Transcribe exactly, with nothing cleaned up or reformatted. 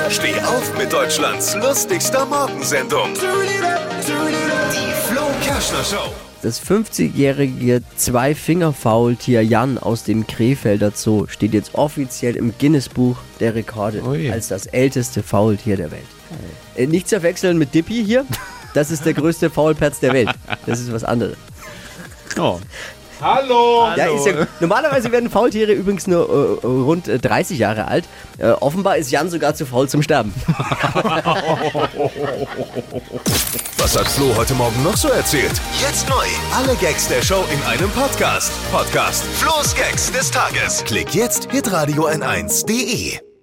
Steh auf mit Deutschlands lustigster Morgensendung. Die Flo Kerschner Show. Das fünfzigjährige Zwei-Finger-Faultier Jan aus dem Krefelder Zoo steht jetzt offiziell im Guinness-Buch der Rekorde Ui. als das älteste Faultier der Welt. Äh, nicht zu verwechseln mit Dippy hier. Das ist der größte Faulpelz der Welt. Das ist was anderes. Oh. Hallo! Ja, ist ja, normalerweise werden Faultiere übrigens nur äh, rund äh, dreißig Jahre alt. Äh, offenbar ist Jan sogar zu faul zum Sterben. Was hat Flo heute Morgen noch so erzählt? Jetzt neu. Alle Gags der Show in einem Podcast. Podcast Flo's Gags des Tages. Klick jetzt, hitradio n eins punkt de.